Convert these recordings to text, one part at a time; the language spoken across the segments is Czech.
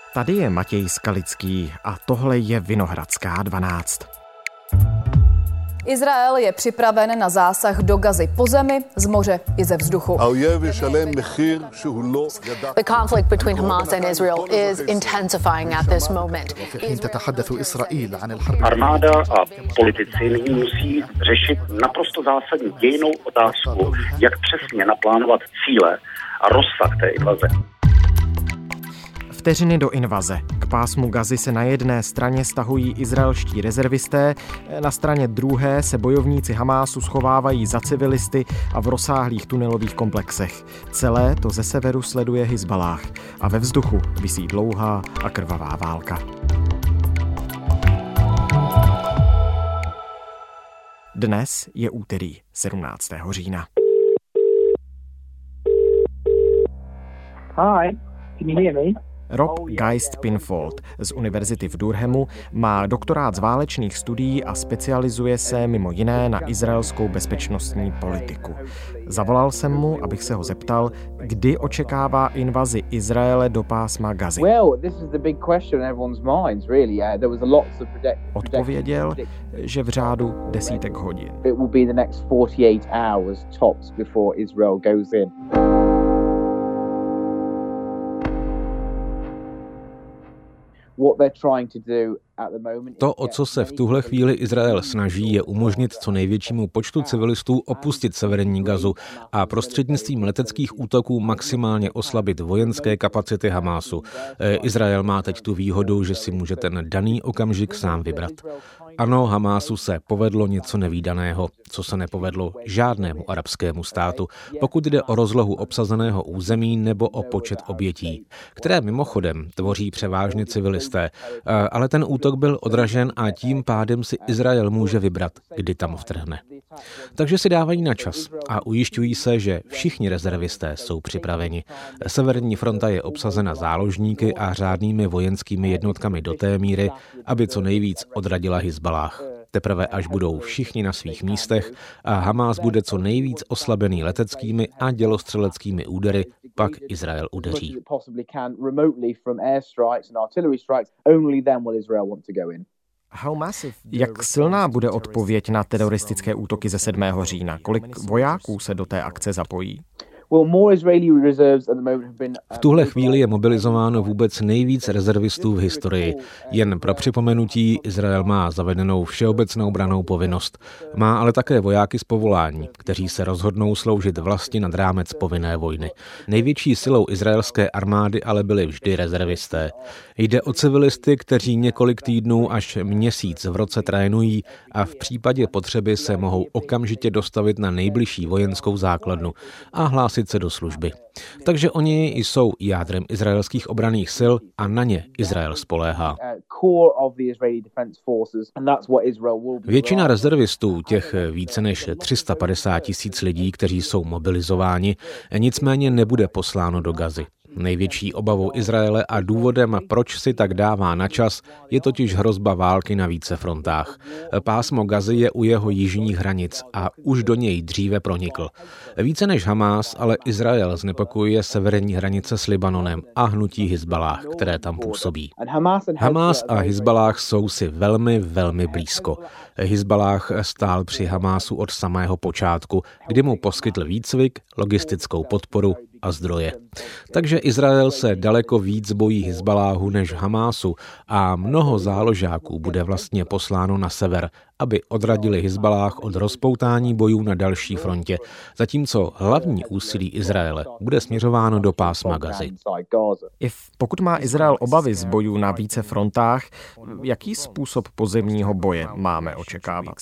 Tady je Matěj Skalický a tohle je Vinohradská 12. Izrael je připraven na zásah do Gazy po zemi, z moře i ze vzduchu. The conflict between Hamas and Israel is intensifying at this moment. Armáda a politici nyní musí řešit naprosto zásadní dějinnou otázku, jak přesně naplánovat cíle a rozsah té invaze. Vteřiny do invaze. K pásmu Gazy se na jedné straně stahují izraelští rezervisté, na straně druhé se bojovníci Hamásu schovávají za civilisty a v rozsáhlých tunelových komplexech. Celé to ze severu sleduje Hizballáh a ve vzduchu visí dlouhá a krvavá válka. Dnes je úterý 17. října. Hi, can you hear me? Rob Geist-Pinfold z univerzity v Durhamu má doktorát z válečných studií a specializuje se mimo jiné na izraelskou bezpečnostní politiku. Zavolal jsem mu, abych se ho zeptal, kdy očekává invazi Izraele do pásma Gazy. Odpověděl, že v řádu desítek hodin. It will be the next 48 hours tops before Israel goes in. To, o co se v tuhle chvíli Izrael snaží, je umožnit co největšímu počtu civilistů opustit severní Gazu a prostřednictvím leteckých útoků maximálně oslabit vojenské kapacity Hamásu. Izrael má teď tu výhodu, že si může ten daný okamžik sám vybrat. Ano, Hamásu se povedlo něco nevídaného, co se nepovedlo žádnému arabskému státu, pokud jde o rozlohu obsazeného území nebo o počet obětí, které mimochodem tvoří převážně civilisté, ale ten útok byl odražen a tím pádem si Izrael může vybrat, kdy tam vtrhne. Takže si dávají na čas a ujišťují se, že všichni rezervisté jsou připraveni. Severní fronta je obsazena záložníky a řádnými vojenskými jednotkami do té míry, aby co nejvíc odradila Hizballáh. Teprve až budou všichni na svých místech a Hamás bude co nejvíc oslabený leteckými a dělostřeleckými údery, pak Izrael udeří. Jak silná bude odpověď na teroristické útoky ze 7. října? Kolik vojáků se do té akce zapojí? V tuhle chvíli je mobilizováno vůbec nejvíc rezervistů v historii. Jen pro připomenutí, Izrael má zavedenou všeobecnou brannou povinnost. Má ale také vojáky z povolání, kteří se rozhodnou sloužit vlasti nad rámec povinné vojny. Největší silou izraelské armády ale byli vždy rezervisté. Jde o civilisty, kteří několik týdnů až měsíc v roce trénují a v případě potřeby se mohou okamžitě dostavit na nejbližší vojenskou základnu a hlásit se do služby. Takže oni jsou jádrem izraelských obranných sil a na ně Izrael spoléhá. Většina rezervistů, těch více než 350 000 lidí, kteří jsou mobilizováni, nicméně nebude posláno do Gazy. Největší obavou Izraele a důvodem, proč si tak dává na čas, je totiž hrozba války na více frontách. Pásmo Gazy je u jeho jižních hranic a už do něj dříve pronikl. Více než Hamás, ale Izrael znepokojuje severní hranice s Libanonem a hnutí Hizballáh, které tam působí. Hamás a Hizballáh jsou si velmi, velmi blízko. Hizballáh stál při Hamásu od samého počátku, kdy mu poskytl výcvik, logistickou podporu a zdroje. Takže Izrael se daleko víc bojí Hizballáhu než Hamásu a mnoho záložáků bude vlastně posláno na sever, aby odradili Hizballáh od rozpoutání bojů na další frontě, zatímco hlavní úsilí Izraele bude směřováno do pásma Gazy. Pokud má Izrael obavy z bojů na více frontách, jaký způsob pozemního boje máme očekávat?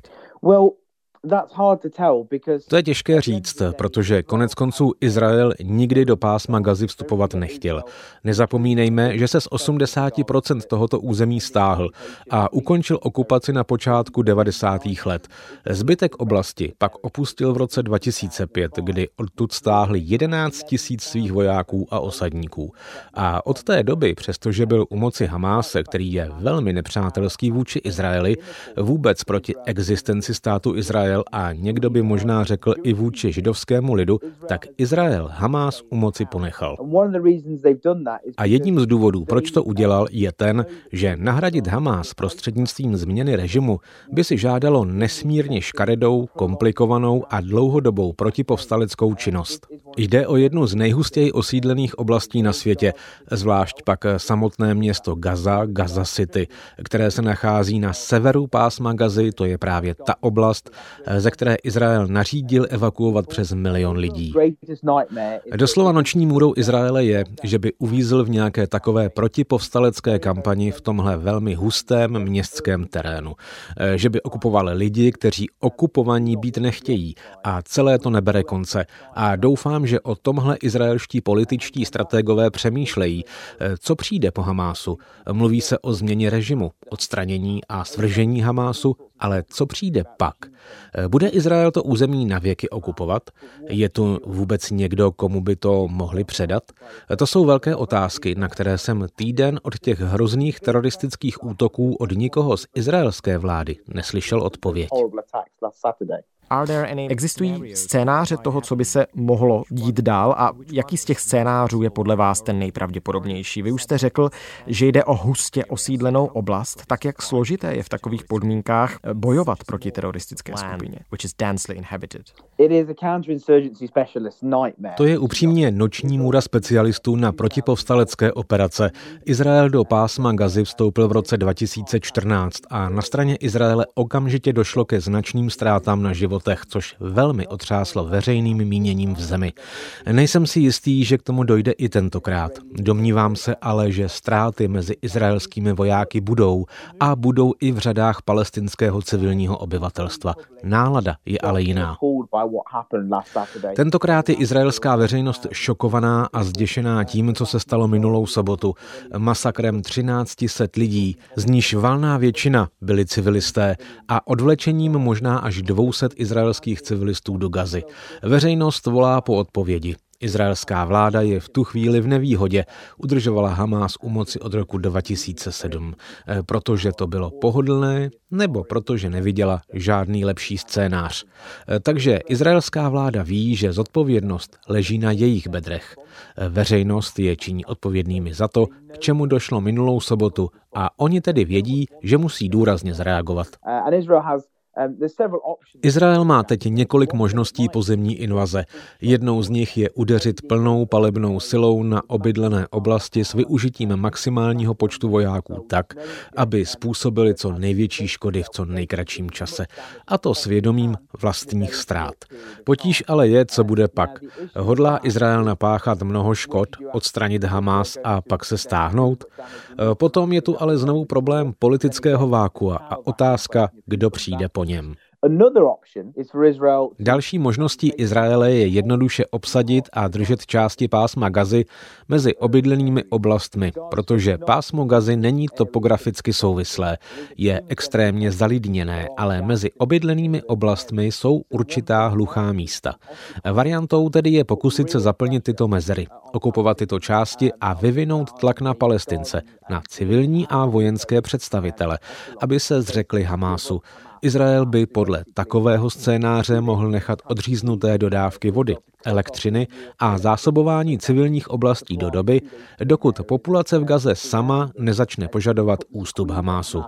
To je těžké říct, protože koneckonců Izrael nikdy do pásma Gazy vstupovat nechtěl. Nezapomínejme, že se z 80% tohoto území stáhl a ukončil okupaci na počátku 90. let. Zbytek oblasti pak opustil v roce 2005, kdy odtud stáhli 11 000 svých vojáků a osadníků. A od té doby, přestože byl u moci Hamáse, který je velmi nepřátelský vůči Izraeli, vůbec proti existenci státu Izrael Izrael a někdo by možná řekl i vůči židovskému lidu, tak Izrael Hamás u moci ponechal. A jedním z důvodů, proč to udělal, je ten, že nahradit Hamás prostřednictvím změny režimu by si žádalo nesmírně škaredou, komplikovanou a dlouhodobou protipovstaleckou činnost. Jde o jednu z nejhustěji osídlených oblastí na světě, zvlášť pak samotné město Gaza City, které se nachází na severu pásma Gazy, to je právě ta oblast, ze které Izrael nařídil evakuovat přes 1 milion lidí. Doslova noční můrou Izraele je, že by uvízl v nějaké takové protipovstalecké kampani v tomhle velmi hustém městském terénu. Že by okupovali lidi, kteří okupovaní být nechtějí a celé to nebere konce. A doufám, že o tomhle izraelští političtí strategové přemýšlejí, co přijde po Hamásu. Mluví se o změně režimu, odstranění a svržení Hamásu, ale co přijde pak? Bude Izrael to území navěky okupovat? Je tu vůbec někdo, komu by to mohli předat? To jsou velké otázky, na které jsem týden od těch hrozných teroristických útoků od nikoho z izraelské vlády neslyšel odpověď. Existují scénáře toho, co by se mohlo dít dál a jaký z těch scénářů je podle vás ten nejpravděpodobnější? Vy už jste řekl, že jde o hustě osídlenou oblast, tak jak složité je v takových podmínkách bojovat proti teroristické skupině, which is densely inhabited. To je upřímně noční můra specialistů na protipovstalecké operace. Izrael do pásma Gazy vstoupil v roce 2014 a na straně Izraele okamžitě došlo ke značným ztrátám na životech, což velmi otřáslo veřejným míněním v zemi. Nejsem si jistý, že k tomu dojde i tentokrát. Domnívám se ale, že ztráty mezi izraelskými vojáky budou i v řadách palestinského civilního obyvatelstva. Nálada je ale jiná. Tentokrát je izraelská veřejnost šokovaná a zděšená tím, co se stalo minulou sobotu. Masakrem 1300 lidí, z níž valná většina byli civilisté a odvlečením možná až 200 izraelských civilistů do Gazy. Veřejnost volá po odpovědi. Izraelská vláda je v tu chvíli v nevýhodě. Udržovala Hamás u moci od roku 2007. Protože to bylo pohodlné, nebo protože neviděla žádný lepší scénář. Takže izraelská vláda ví, že zodpovědnost leží na jejich bedrech. Veřejnost je činí odpovědnými za to, k čemu došlo minulou sobotu a oni tedy vědí, že musí důrazně zareagovat. Izrael má teď několik možností pozemní invaze. Jednou z nich je udeřit plnou palebnou silou na obydlené oblasti s využitím maximálního počtu vojáků tak, aby způsobili co největší škody v co nejkratším čase. A to s vědomím vlastních ztrát. Potíž ale je, co bude pak. Hodlá Izrael napáchat mnoho škod, odstranit Hamás a pak se stáhnout? Potom je tu ale znovu problém politického vákua a otázka, kdo přijde po něm. Další možností Izraele je jednoduše obsadit a držet části pásma Gazy mezi obydlenými oblastmi, protože pásmo Gazy není topograficky souvislé, je extrémně zalidněné, ale mezi obydlenými oblastmi jsou určitá hluchá místa. Variantou tedy je pokusit se zaplnit tyto mezery, okupovat tyto části a vyvinout tlak na Palestince, na civilní a vojenské představitele, aby se zřekli Hamásu. Izrael by podle takového scénáře mohl nechat odříznuté dodávky vody, elektřiny a zásobování civilních oblastí do doby, dokud populace v Gaze sama nezačne požadovat ústup Hamásu.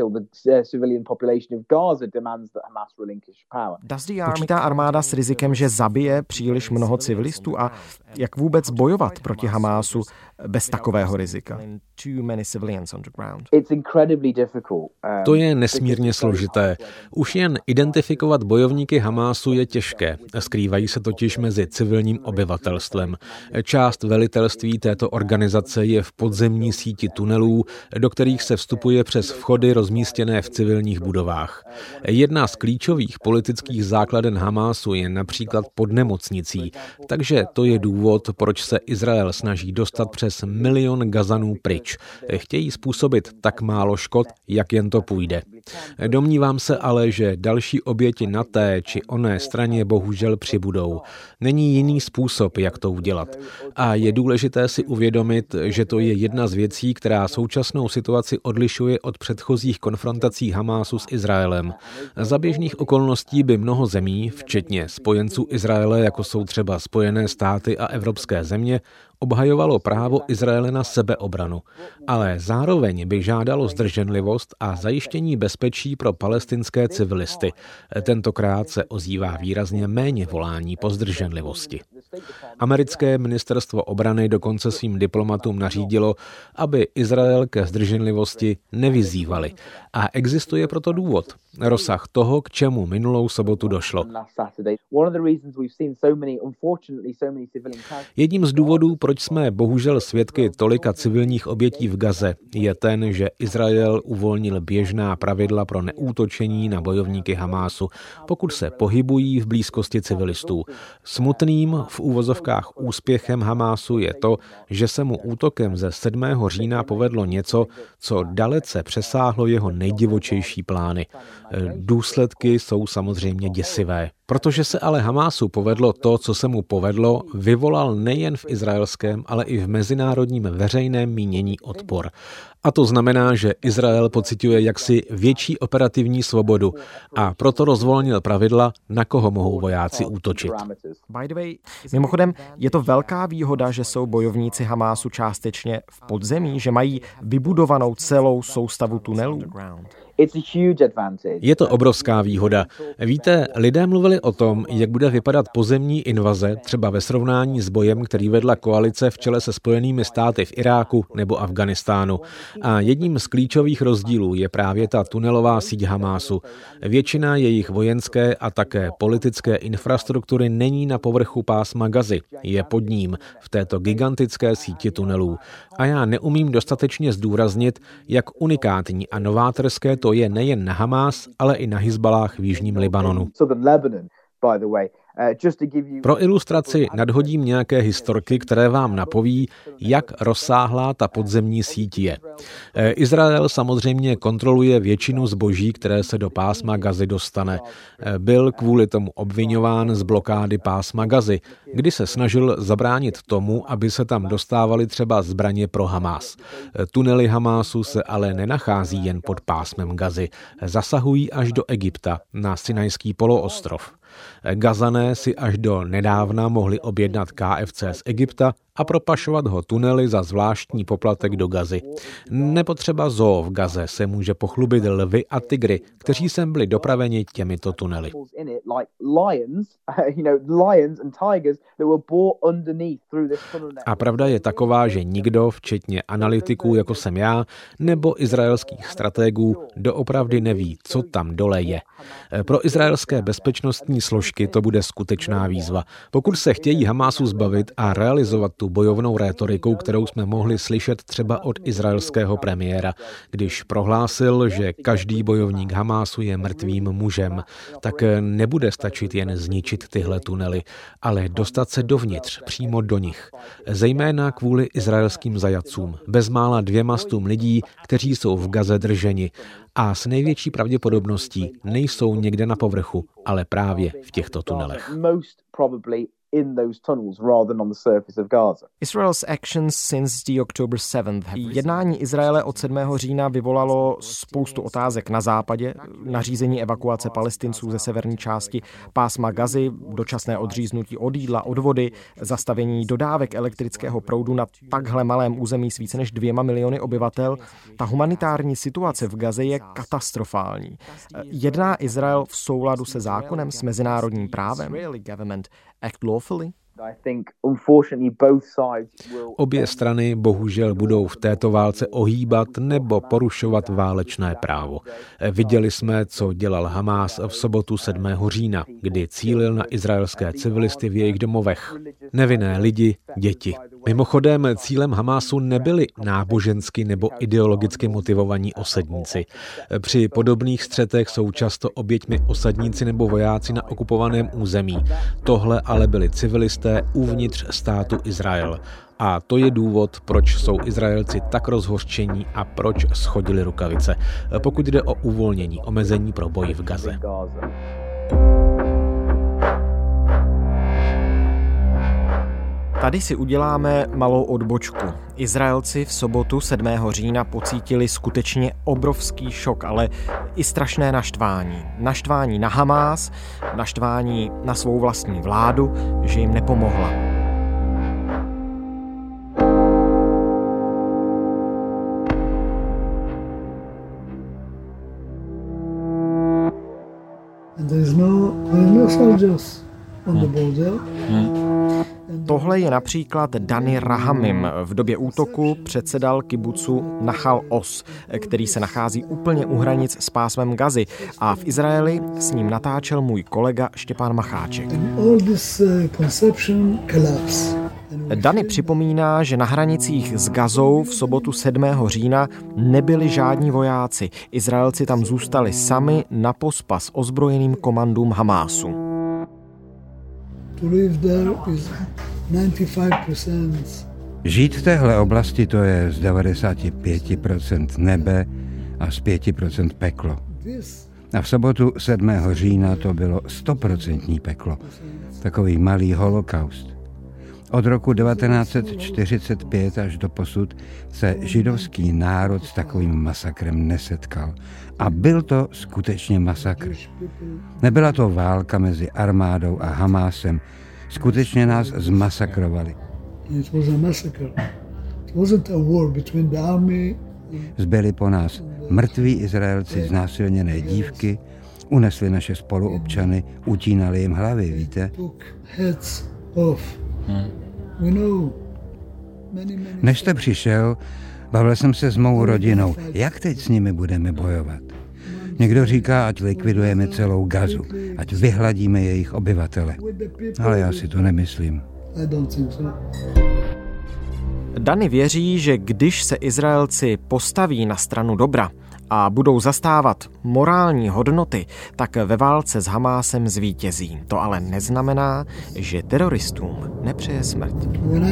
Počítá armáda s rizikem, že zabije příliš mnoho civilistů a jak vůbec bojovat proti Hamásu bez takového rizika? To je nesmírně složité. Už jen identifikovat bojovníky Hamásu je těžké. Skrývají se totiž mezi civilním obyvatelstvem. Část velitelství této organizace je v podzemní síti tunelů, do kterých se vstupuje přes vchody rozmístěné v civilních budovách. Jedna z klíčových politických základen Hamásu je například pod nemocnicí, takže to je důvod, proč se Izrael snaží dostat přes 1 milion Gazanů pryč. Chtějí způsobit tak málo škod, jak jen to půjde. Domnívám se ale, že další oběti na té či oné straně bohužel přibudou. Není jiný způsob, jak to udělat. A je důležité si uvědomit, že to je jedna z věcí, která současnou situaci odlišuje od předchozích konfrontací Hamásu s Izraelem. Za běžných okolností by mnoho zemí, včetně spojenců Izraele, jako jsou třeba Spojené státy a evropské země, obhajovalo právo Izraele na sebeobranu, ale zároveň by žádalo zdrženlivost a zajištění bezpečí pro palestinské civilisty. Tentokrát se ozývá výrazně méně volání po zdrženlivosti. Americké ministerstvo obrany dokonce svým diplomatům nařídilo, aby Izrael ke zdrženlivosti nevyzývali. A existuje proto důvod. Rozsah toho, k čemu minulou sobotu došlo. Jedním z důvodů, proč jsme bohužel svědky tolika civilních obětí v Gaze, je ten, že Izrael uvolnil běžná pravidla pro neútočení na bojovníky Hamásu, pokud se pohybují v blízkosti civilistů. Smutným v uvozovkách úspěchem Hamásu je to, že se mu útokem ze 7. října povedlo něco, co dalece přesáhlo jeho nejdivočejší plány. Důsledky jsou samozřejmě děsivé. Protože se ale Hamásu povedlo to, co se mu povedlo, vyvolal nejen v izraelském, ale i v mezinárodním veřejném mínění odpor. A to znamená, že Izrael pociťuje jaksi větší operativní svobodu a proto rozvolnil pravidla, na koho mohou vojáci útočit. By the way, mimochodem, je to velká výhoda, že jsou bojovníci Hamásu částečně v podzemí, že mají vybudovanou celou soustavu tunelů. Je to obrovská výhoda. Víte, lidé mluvili o tom, jak bude vypadat pozemní invaze, třeba ve srovnání s bojem, který vedla koalice v čele se Spojenými státy v Iráku nebo Afghánistánu. A jedním z klíčových rozdílů je právě ta tunelová síť Hamásu. Většina jejich vojenské a také politické infrastruktury není na povrchu pásma Gazy, je pod ním, v této gigantické síti tunelů. A já neumím dostatečně zdůraznit, jak unikátní a novátorské to je nejen na Hamás, ale i na Hizbalách v jižním Libanonu. Pro ilustraci nadhodím nějaké historky, které vám napoví, jak rozsáhlá ta podzemní síť je. Izrael samozřejmě kontroluje většinu zboží, které se do pásma Gazy dostane. Byl kvůli tomu obviňován z blokády pásma Gazy, kdy se snažil zabránit tomu, aby se tam dostávaly třeba zbraně pro Hamás. Tunely Hamásu se ale nenachází jen pod pásmem Gazy. Zasahují až do Egypta, na Sinajský poloostrov. Gazané si až do nedávna mohli objednat KFC z Egypta a propašovat ho tunely za zvláštní poplatek do Gazy. Nepotřeba zoo v Gaze se může pochlubit lvy a tygry, kteří sem byli dopraveni těmito tunely. A pravda je taková, že nikdo, včetně analytiků jako jsem já, nebo izraelských strategů, doopravdy neví, co tam dole je. Pro izraelské bezpečnostní složky to bude skutečná výzva. Pokud se chtějí Hamásu zbavit a realizovat tu bojovnou rétorikou, kterou jsme mohli slyšet třeba od izraelského premiéra, když prohlásil, že každý bojovník Hamásu je mrtvým mužem, tak nebude stačit jen zničit tyhle tunely, ale dostat se dovnitř, přímo do nich. Zejména kvůli izraelským zajatcům, bezmála 200 lidí, kteří jsou v Gaze drženi a s největší pravděpodobností nejsou někde na povrchu, ale právě v těchto tunelech. Israel's actions since the October 7th. Jednání Izraele od 7. října vyvolalo spoustu otázek na západě, nařízení evakuace Palestinců ze severní části pásma Gazy, dočasné odříznutí od jídla, od vody, zastavení dodávek elektrického proudu na takhle malém území s více než 2 miliony obyvatel. Ta humanitární situace v Gaze je katastrofální. Jedná Izrael v souladu se zákonem, s mezinárodním právem? Obě strany bohužel budou v této válce ohýbat nebo porušovat válečné právo. Viděli jsme, co dělal Hamás v sobotu 7. října, kdy cílil na izraelské civilisty v jejich domovech. Nevinné lidi, děti. Mimochodem, cílem Hamásu nebyli nábožensky nebo ideologicky motivovaní osadníci. Při podobných střetech jsou často oběťmi osadníci nebo vojáci na okupovaném území. Tohle ale byli civilisté rezervisté uvnitř státu Izrael. A to je důvod, proč jsou Izraelci tak rozhořčení a proč shodili rukavice, pokud jde o uvolnění omezení pro boj v Gaze. Tady si uděláme malou odbočku. Izraelci v sobotu 7. října pocítili skutečně obrovský šok, ale i strašné naštvání. Naštvání na Hamás, naštvání na svou vlastní vládu, že jim nepomohla. There's no soldiers on the border. Tohle je například Dani Rahamim. V době útoku předsedal kibucu Nachal Oz, který se nachází úplně u hranic s pásmem Gazy. A v Izraeli s ním natáčel můj kolega Štěpán Macháček. Dani připomíná, že na hranicích s Gazou v sobotu 7. října nebyli žádní vojáci. Izraelci tam zůstali sami na pospas ozbrojeným komandům Hamásu. Žít v téhle oblasti to je z 95% nebe a z 5% peklo. A v sobotu 7. října to bylo 100% peklo. Takový malý holokaust. Od roku 1945 až do posud se židovský národ s takovým masakrem nesetkal. A byl to skutečně masakr. Nebyla to válka mezi armádou a Hamásem. Skutečně nás zmasakrovali. Zbyli po nás mrtví Izraelci, znásilněné dívky, unesli naše spoluobčany, utínali jim hlavy, víte? Než jste přišel, bavil jsem se s mou rodinou, jak teď s nimi budeme bojovat. Někdo říká, ať likvidujeme celou Gazu, ať vyhladíme jejich obyvatele. Ale já si to nemyslím. Dani věří, že když se Izraelci postaví na stranu dobra a budou zastávat morální hodnoty, tak ve válce s Hamásem zvítězí. To ale neznamená, že teroristům nepřeje smrt.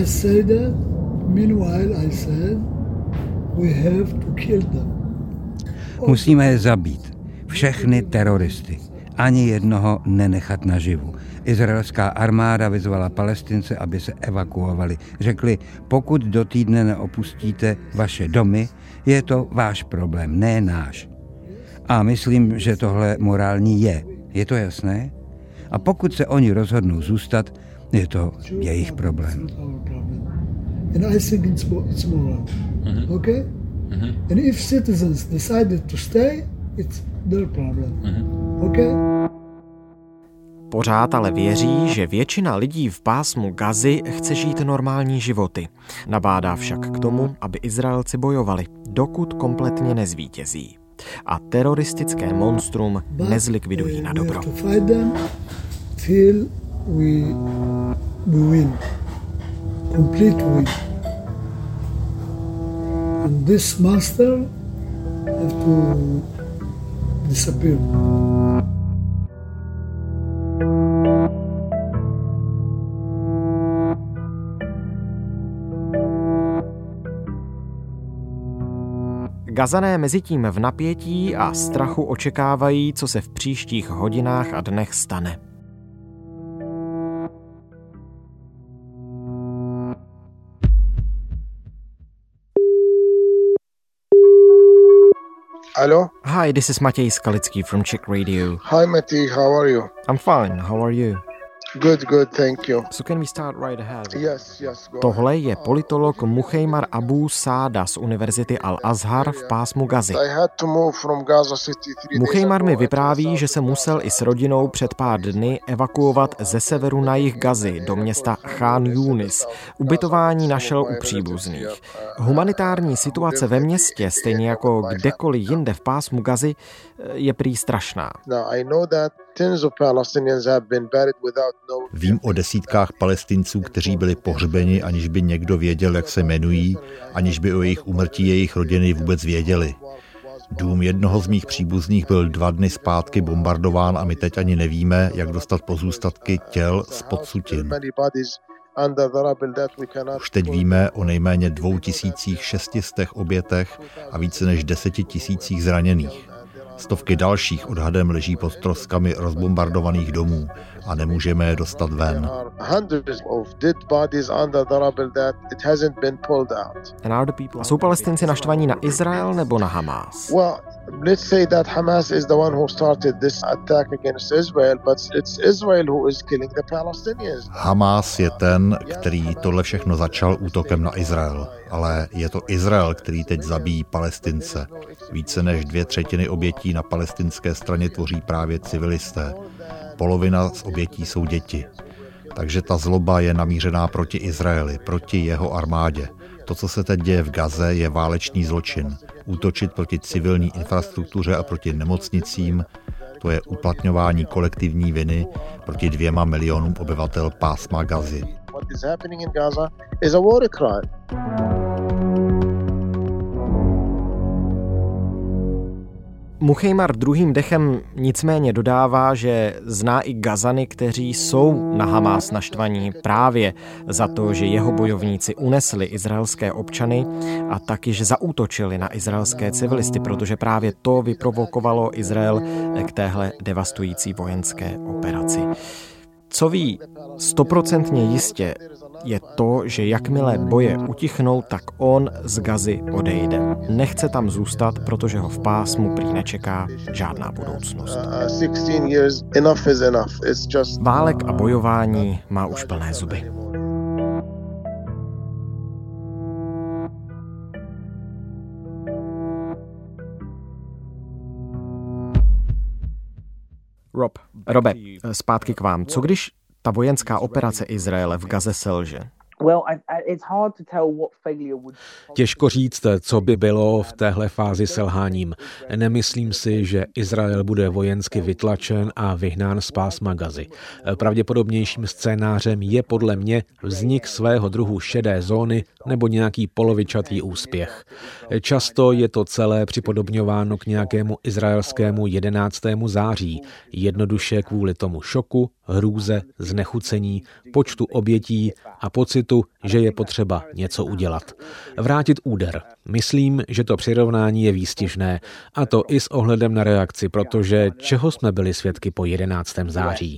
Musíme je zabít. Všechny teroristy. Ani jednoho nenechat naživu. Izraelská armáda vyzvala Palestince, aby se evakuovali. Řekli, pokud do týdne neopustíte vaše domy, je to váš problém, ne náš. A myslím, že tohle morální je. Je to jasné? A pokud se oni rozhodnou zůstat, je to jejich problém. Okay? And if citizens decided to stay, it's their problem. Okay? Pořád ale věří, že většina lidí v pásmu Gazy chce žít normální životy. Nabádá však k tomu, aby Izraelci bojovali, dokud kompletně nezvítězí. A teroristické monstrum nezlikvidují na dobro. And this monster have to disappear. Gazané mezitím v napětí a strachu očekávají, co se v příštích hodinách a dnech stane. Hello? Hi, this is Matěj Skalický from Czech Radio. Hi, Matěj, how are you? I'm fine, how are you? Good, thank you. So can we start right ahead? Yes, Tohle je politolog Muchejmar Abu Sáda z Univerzity Al-Azhar v pásmu Gazy. Muchejmar mi vypráví, že se musel i s rodinou před pár dny evakuovat ze severu na jih Gazy do města Khan Yunis. Ubytování našel u příbuzných. Humanitární situace ve městě, stejně jako kdekoliv jinde v pásmu Gazy, je prý strašná. Vím o desítkách Palestinců, kteří byli pohřbeni, aniž by někdo věděl, jak se jmenují, aniž by o jejich úmrtí jejich rodiny vůbec věděli. Dům jednoho z mých příbuzných byl 2 dny zpátky bombardován a my teď ani nevíme, jak dostat pozůstatky těl spod sutin. Už teď víme o nejméně 2600 obětech a více než 10 000 zraněných. Stovky dalších odhadem leží pod troskami rozbombardovaných domů a nemůžeme je dostat ven. A jsou Palestinci naštvaní na Izrael nebo na Hamás? Let's say that Hamas is the one who started this attack against Israel, but it's Israel who is killing the Palestinians. Hamas je ten, který tohle všechno začal útokem na Izrael, ale je to Izrael, který teď zabíjí Palestince. Více než 2/3 obětí na palestinské straně tvoří právě civilisté. Polovina z obětí jsou děti. Takže ta zloba je namířená proti Izraeli, proti jeho armádě. To, co se teď děje v Gaze, je válečný zločin. Útočit proti civilní infrastruktuře a proti nemocnicím, to je uplatňování kolektivní viny proti 2 milionům obyvatel pásma Gazy. Muchejmar druhým dechem nicméně dodává, že zná i Gazany, kteří jsou na Hamás naštvaní právě za to, že jeho bojovníci unesli izraelské občany a taky, že zaútočili na izraelské civilisty, protože právě to vyprovokovalo Izrael k téhle devastující vojenské operaci. Co ví 100% jistě, je to, že jakmile boje utichnou, tak on z Gazy odejde. Nechce tam zůstat, protože ho v pásmu prý nečeká žádná budoucnost. Válek a bojování má už plné zuby. Robe, zpátky k vám. Co když ta vojenská operace Izraele v Gaze selže? Těžko říct, co by bylo v téhle fázi selháním. Nemyslím si, že Izrael bude vojensky vytlačen a vyhnán z pásma Gazy. Pravděpodobnějším scénářem je podle mě vznik svého druhu šedé zóny nebo nějaký polovičatý úspěch. Často je to celé připodobňováno k nějakému izraelskému 11. září, jednoduše kvůli tomu šoku, hrůze, znechucení, počtu obětí a pocitu, že je potřeba něco udělat. Vrátit úder. Myslím, že to přirovnání je výstižné, a to i s ohledem na reakci, protože čeho jsme byli svědky po 11. září?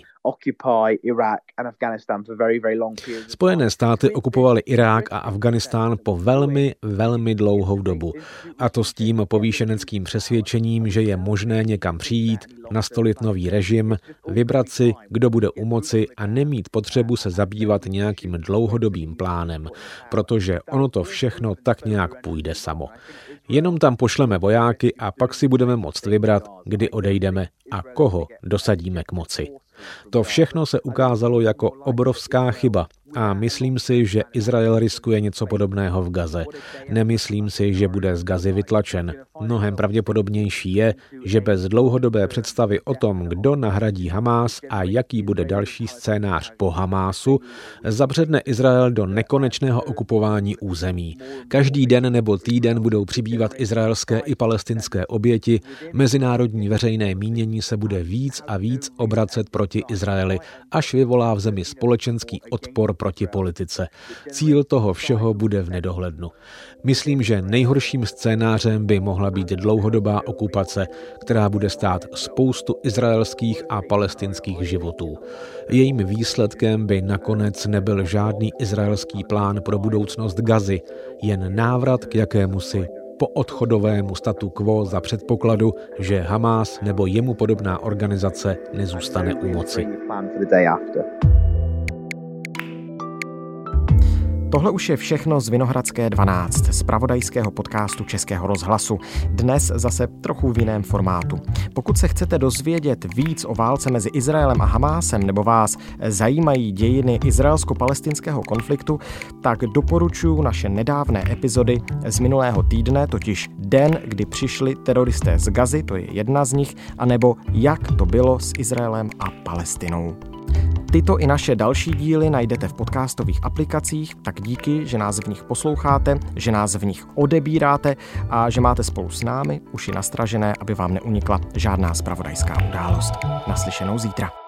Spojené státy okupovaly Irák a Afghánistán po velmi, velmi dlouhou dobu. A to s tím povýšeneckým přesvědčením, že je možné někam přijít, nastolit nový režim, vybrat si, kdo bude u moci a nemít potřebu se zabývat nějakým dlouhodobým plánem, protože ono to všechno tak nějak půjde samo. Jenom tam pošleme vojáky a pak si budeme moct vybrat, kdy odejdeme a koho dosadíme k moci. To všechno se ukázalo jako obrovská chyba a myslím si, že Izrael riskuje něco podobného v Gaze. Nemyslím si, že bude z Gazy vytlačen. Mnohem pravděpodobnější je, že bez dlouhodobé představy o tom, kdo nahradí Hamás a jaký bude další scénář po Hamásu, zabředne Izrael do nekonečného okupování území. Každý den nebo týden budou přibývat izraelské i palestinské oběti, mezinárodní veřejné mínění se bude víc a víc obracet proti Izraeli, až vyvolá v zemi společenský odpor proti politice. Cíl toho všeho bude v nedohlednu. Myslím, že nejhorším scénářem by mohla být dlouhodobá okupace, která bude stát spoustu izraelských a palestinských životů. Jejím výsledkem by nakonec nebyl žádný izraelský plán pro budoucnost Gazy, jen návrat k jakémusi poodchodovému statu quo za předpokladu, že Hamás nebo jemu podobná organizace nezůstane u moci. Tohle už je všechno z Vinohradské 12, z zpravodajského podcastu Českého rozhlasu. Dnes zase trochu v jiném formátu. Pokud se chcete dozvědět víc o válce mezi Izraelem a Hamásem nebo vás zajímají dějiny izraelsko-palestinského konfliktu, tak doporučuji naše nedávné epizody z minulého týdne, totiž Den, kdy přišli teroristé z Gazy, to je jedna z nich, anebo Jak to bylo s Izraelem a Palestinou. Tyto i naše další díly najdete v podcastových aplikacích, tak díky, že nás v nich posloucháte, že nás v nich odebíráte a že máte spolu s námi uši nastražené, aby vám neunikla žádná zpravodajská událost. Naslyšenou zítra.